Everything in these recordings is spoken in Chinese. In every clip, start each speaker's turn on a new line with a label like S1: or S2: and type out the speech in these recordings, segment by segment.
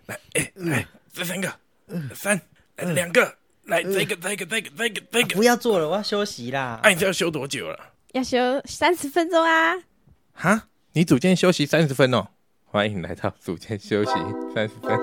S1: 来，这3个，3，2个，来，这个，
S2: 不要做了，我要休息啦。
S1: 你这要休多久了？
S3: 要休30分钟啊！
S1: 哈，你组间休息30分哦。欢迎来到组间休息30分。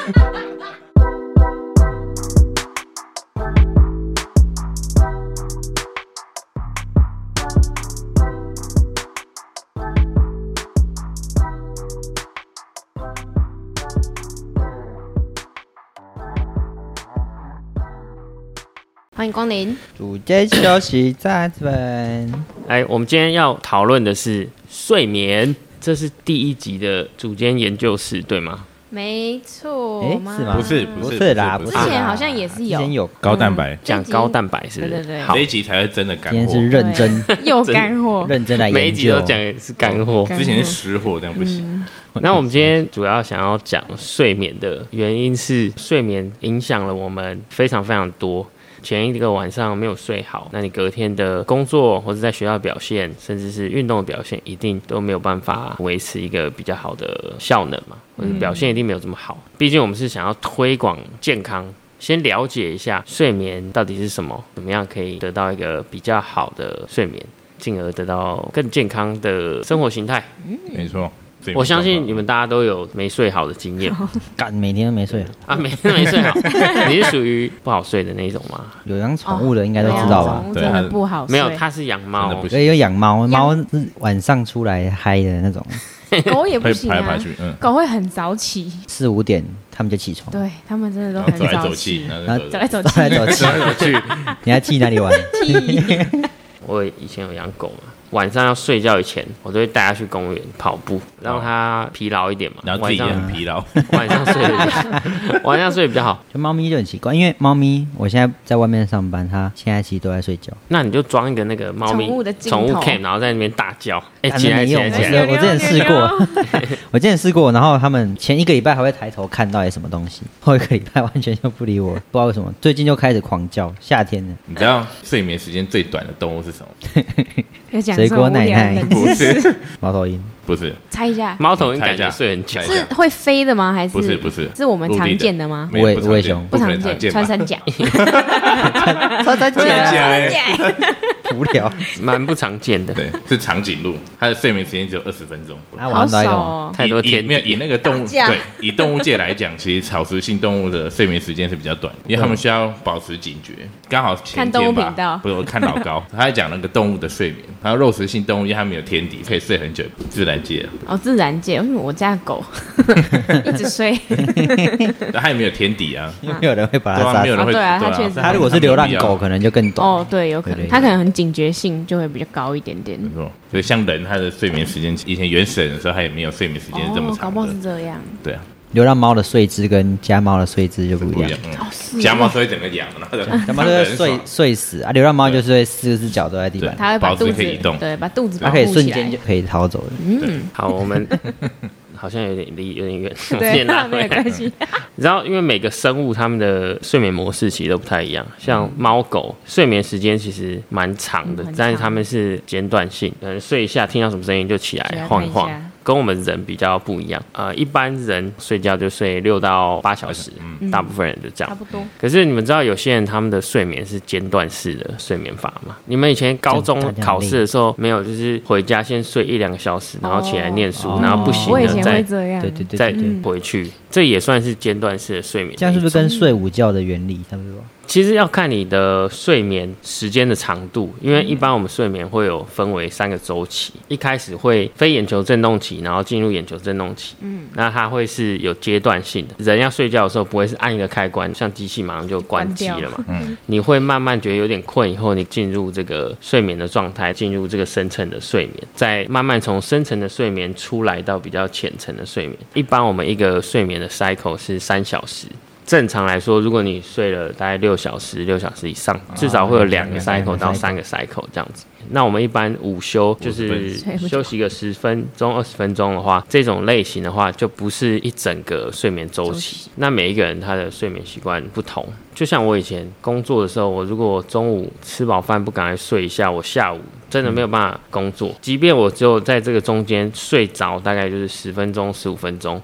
S3: 欢迎光临。
S2: 组间休息30分。
S4: 我们今天要讨论的是睡眠，这是第1集的组间研究室，对吗？
S3: 没错
S2: 是吗？
S1: 不是啦，
S3: 之前好像也是有，
S2: 之前有
S1: 高蛋白，
S4: 讲高蛋白是不是？
S3: 对，
S4: 好，
S1: 这一集才是真的干货。
S2: 今天是认真
S3: 又干货，
S2: 认真来研究，
S4: 每一集都讲的是干货，
S1: 之前是实货，这样不行。
S4: 那我们今天主要想要讲睡眠的原因是，睡眠影响了我们非常非常多。前一个晚上没有睡好，那你隔天的工作或者在学校的表现，甚至是运动的表现，一定都没有办法维持一个比较好的效能嘛，或者表现一定没有这么好。毕竟我们是想要推广健康，先了解一下睡眠到底是什么，怎么样可以得到一个比较好的睡眠，进而得到更健康的生活形态。
S1: 没错。
S4: 我相信你们大家都有没睡好的经验，
S2: 干每天都没睡
S4: 啊，每天都没睡好。你是属于不好睡的那一种吗？
S2: 有养宠物的应该都知道吧？
S3: 宠物真的不好睡。
S4: 没有，他是养猫，
S2: 有养猫，猫是晚上出来嗨的那种。
S3: 狗也不行啊，狗会很早起
S2: ，4、5点他们就起床。
S3: 对，他们真的都很早起，走来走去。
S2: 你还去哪里玩？
S4: 我以前有养狗嘛，晚上要睡觉以前，我都会带它去公园跑步，让它疲劳一点嘛。
S1: 然后自己也很疲劳，
S4: 晚上睡比较好。
S2: 就猫咪就很奇怪，因为猫咪我现在在外面上班，它现在其实都在睡觉。
S4: 那你就装一个那个猫咪宠物 cam， 然后在那边大叫，起来！
S2: 我之前试过，然后他们前1个礼拜还会抬头看到什么东西，后1个礼拜完全就不理我，不知道为什么，最近就开始狂叫。夏天了，
S1: 你知道睡眠时间最短的动物是什么？
S2: 水果奶奶？
S1: 不是，
S2: 猫头鹰？
S1: 不是，
S3: 猜一下。
S4: 猫头鹰感觉睡很久，
S3: 是会飞的吗？还是
S1: 不是？
S3: 是我们常见的吗？
S2: 无尾熊
S3: 不常见，穿山甲。
S2: 穿山甲，无聊，
S4: 蛮不常见的。
S1: 对，是长颈鹿，它的睡眠时间只有20分钟。
S3: 好少哦，
S4: 太多天敌。
S1: 以那个动物对，以动物界来讲，其实草食性动物的睡眠时间是比较短，因为它们需要保持警觉。刚好前天吧，不是我看老高，他在讲那个动物的睡眠，然后肉食性动物因为它没有天敌，可以睡很久，自然界。
S3: 自然界，因为我家的狗一直睡，
S1: 它也没有天敌啊，
S2: 因为没有人会把它杀。
S3: 对啊，它确实，
S2: 它如果是流浪狗，可能就更短。
S3: 对，有可能，它可能很警觉性就会比较高一点点。
S1: 没错，所以像人，他的睡眠时间，以前原始人的时候，他也没有睡眠时间这么长。
S3: 搞不好是这样。
S1: 对啊。
S2: 流浪猫的睡姿跟家猫的睡姿就不一样。
S1: 家猫是会整个仰，
S2: 家猫就会睡死啊，流浪猫就是会4只脚都在地板，
S3: 它会把肚子
S1: 可以移动，
S3: 对，把肚子
S2: 它可以瞬间就可以逃走了。
S4: 好，我们好像有点远，
S3: 对，没有关系。
S4: 你知道，因为每个生物它们的睡眠模式其实都不太一样，像猫狗睡眠时间其实蛮长的，但是它们是间断性，可能睡一下听到什么声音就起来晃一晃。跟我们人比较不一样，一般人睡觉就睡6到8小时，大部分人就这样，
S3: 差不多。
S4: 可是你们知道有些人他们的睡眠是间断式的睡眠法吗？你们以前高中考试的时候没有，就是回家先睡1-2个小时，然后起来念书，然后不行了再回去，这也算是间断式的睡眠。
S2: 这样是不是跟睡午觉的原理差不多？
S4: 其实要看你的睡眠时间的长度，因为一般我们睡眠会有分为3个周期，一开始会非眼球震动期，然后进入眼球震动期，那它会是有阶段性的。人要睡觉的时候不会是按一个开关，像机器马上就关机了嘛，你会慢慢觉得有点困以后，你进入这个睡眠的状态，进入这个深层的睡眠，再慢慢从深层的睡眠出来到比较浅层的睡眠。一般我们一个睡眠的 cycle 是3小时。正常来说，如果你睡了大概6小时以上，至少会有2个 cycle 到3个 cycle 这样子。那我们一般午休就是休息个10分钟、20分钟的话，这种类型的话就不是一整个睡眠周期。那每一个人他的睡眠习惯不同，就像我以前工作的时候，我如果中午吃饱饭不赶快睡一下，我下午真的没有办法工作。即便我只有在这个中间睡着，大概就是10分钟、15分钟。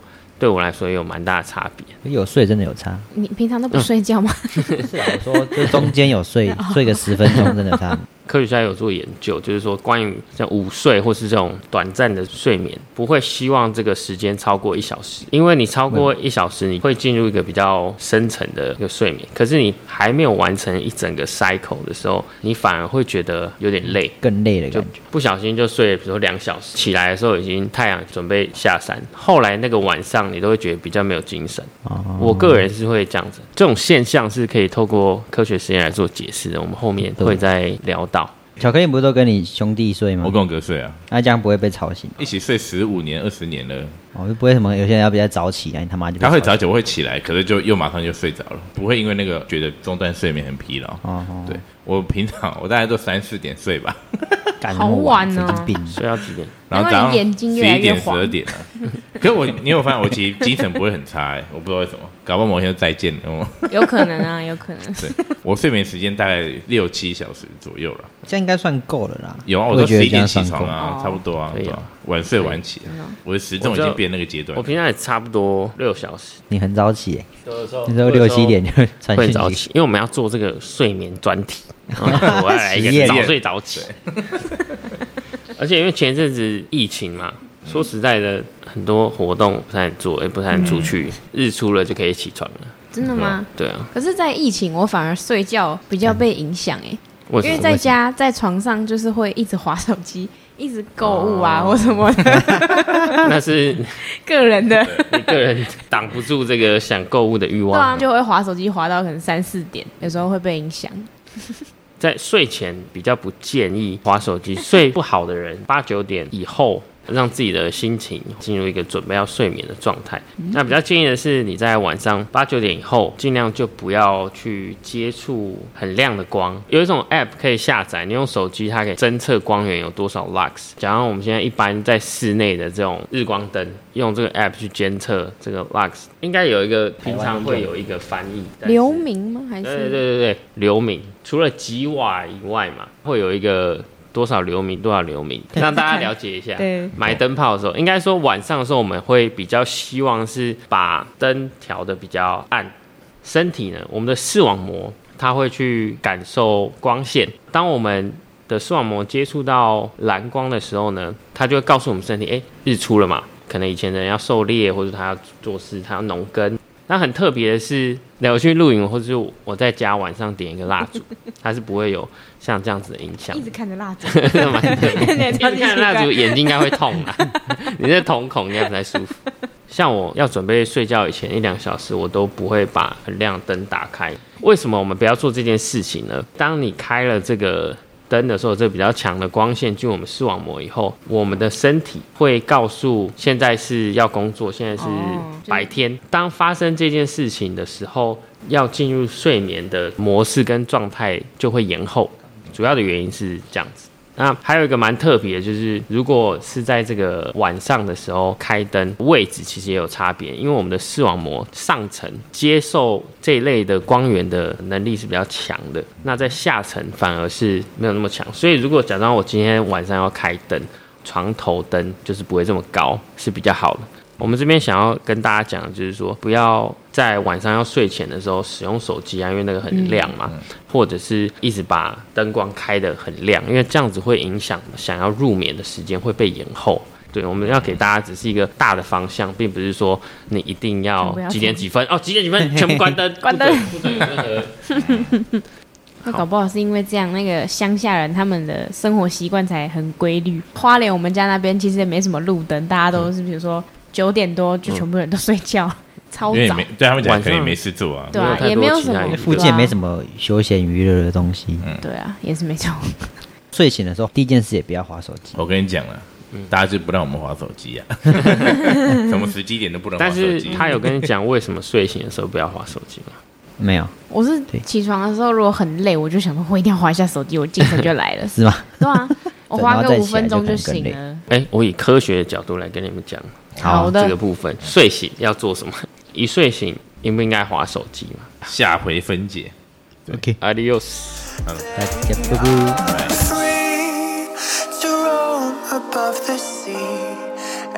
S4: 对我来说也有蛮大的差别。
S2: 有睡真的有差。
S3: 你平常都不睡觉吗？
S2: 是啊，我说就中间有睡睡个10分钟真的差。
S4: 科学家有做研究，就是说关于像午睡或是这种短暂的睡眠，不会希望这个时间超过1小时，因为你超过1小时，你会进入一个比较深层的一个睡眠，可是你还没有完成一整个 cycle 的时候，你反而会觉得有点累，
S2: 更累的感觉，
S4: 不小心就睡了，比如说2小时，起来的时候已经太阳准备下山，后来那个晚上你都会觉得比较没有精神。我个人是会这样子，这种现象是可以透过科学实验来做解释的，我们后面会再聊到。
S2: 巧克力不是都跟你兄弟睡吗？
S1: 我跟我哥睡啊。
S2: 那这样不会被吵醒？
S1: 一起睡15年、20年了。
S2: 就不会什么有些人要比较早起啊，你他妈就
S1: 他会早起，我会起来，可是就又马上就睡着了，不会因为那个觉得中断睡眠很疲劳。对，我平常我大概都3、4点睡吧。
S3: 好晚哦，
S4: 睡到几点？
S1: 然后早上
S3: 眼睛越来越
S1: 黄11点、12点了。可是你有发现我其实精神不会很差我不知道为什么，搞不好某天就再见了。
S3: 有可能啊，有可能。
S1: 对，我睡眠时间大概6、7小时左右了，
S2: 这样应该算够了啦。
S1: 有啊，我都11点起床啊，差不多啊，对啊，晚睡晚起我的时钟已经变那个阶段。
S4: 我平常也差不多6小时。
S2: 你很早起你说6、7点就传讯息，
S4: 会早起，因为我们要做这个睡眠专题，我要来一个早睡早起。而且因为前一阵子疫情嘛，说实在的，很多活动不太能做，也不太能出去，日出了就可以起床了。
S3: 真的吗？
S4: 对啊。
S3: 可是，在疫情，我反而睡觉比较被影响因为在家在床上就是会一直滑手机，一直购物啊或什么的。
S4: 那是
S3: 个人的，
S4: 你个人挡不住这个想购物的欲望。
S3: 对啊，就会滑手机滑到可能3、4点，有时候会被影响。
S4: 在睡前比较不建议滑手机，睡不好的人8、9点以后，让自己的心情进入一个准备要睡眠的状态。那比较建议的是，你在晚上8、9点以后，尽量就不要去接触很亮的光。有一种 app 可以下载，你用手机它可以侦测光源有多少 lux。假如我们现在一般在室内的这种日光灯，用这个 app 去监测这个 lux， 应该有一个平常会有一个翻译。
S3: 流明吗？还是？
S4: 对，流明。除了几瓦以外嘛，会有一个多少流明，让大家了解一下。买灯泡的时候，应该说晚上的时候，我们会比较希望是把灯调得比较暗。身体呢，我们的视网膜它会去感受光线。当我们的视网膜接触到蓝光的时候呢，它就会告诉我们身体，日出了嘛。可能以前的人要狩猎，或者他要做事，他要农耕。那很特别的是，我去露营，或者是我在家晚上点一个蜡烛，它是不会有像这样子的影响。
S3: 一直看着蜡烛，
S4: 蛮特别。一直看着蜡烛，眼睛应该会痛啊，你的瞳孔应该不太舒服。像我要准备睡觉以前1、2小时，我都不会把很亮的灯打开。为什么我们不要做这件事情呢？当你开了这个灯的时候，这比较强的光线进入我们视网膜以后，我们的身体会告诉现在是要工作，现在是白天。当发生这件事情的时候，要进入睡眠的模式跟状态就会延后，主要的原因是这样子。那还有一个蛮特别的，就是如果是在这个晚上的时候开灯，位置其实也有差别，因为我们的视网膜上层接受这一类的光源的能力是比较强的，那在下层反而是没有那么强。所以如果假装我今天晚上要开灯，床头灯就是不会这么高，是比较好的。我们这边想要跟大家讲的就是说，不要在晚上要睡前的时候使用手机啊，因为那个很亮嘛，或者是一直把灯光开得很亮，因为这样子会影响想要入眠的时间会被延后。对，我们要给大家只是一个大的方向，并不是说你一定要几点几分全部关灯，关灯，不准有任何。
S3: 那搞不好是因为这样，那个乡下人他们的生活习惯才很规律。花莲我们家那边其实也没什么路灯，大家都是比如说9点多就全部人都睡觉，超早。
S1: 对他们讲可能也没事做啊，
S3: 对啊，也没有什么，
S2: 附近也没什么休闲娱乐的东西。
S3: 对啊，也是没错。
S2: 睡醒的时候第一件事也不要滑手机。
S1: 我跟你讲了。大家就不让我们滑手机啊，什么时机点都不能滑手机。
S4: 但是他有跟你讲为什么睡醒的时候不要滑手机吗？
S2: 没有，
S3: 我是起床的时候如果很累，我就想说我一定要滑一下手机，我精神就来了。
S2: 是吗？
S3: 对啊，我滑个5分钟就醒了。
S4: 我以科学的角度来跟你们讲，
S3: 好的，
S4: 这个部分睡醒要做什么？一睡醒应不应该滑手机嘛？
S1: 下回分解。
S2: OK，
S4: Adios，
S2: 大家拜拜。
S5: above the sea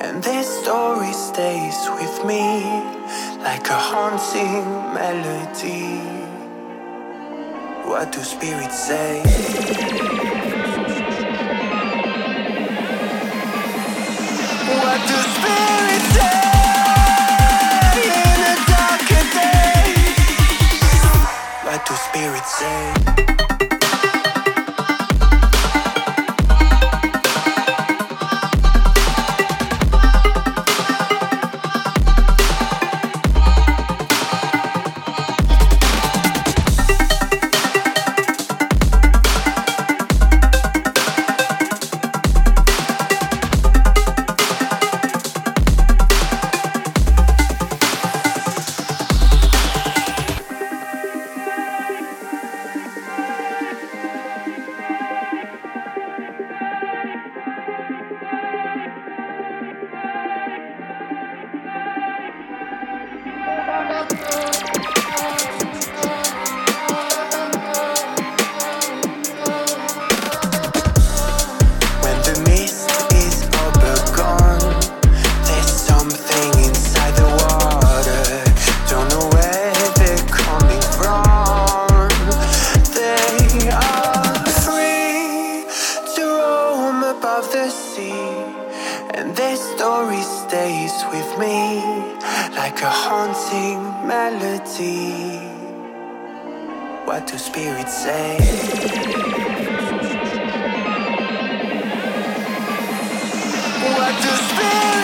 S5: and this story stays with me like a haunting melody. What do spirits say? What do spirits say in a darker day? What do spirits say? What do spirits say? What do spirits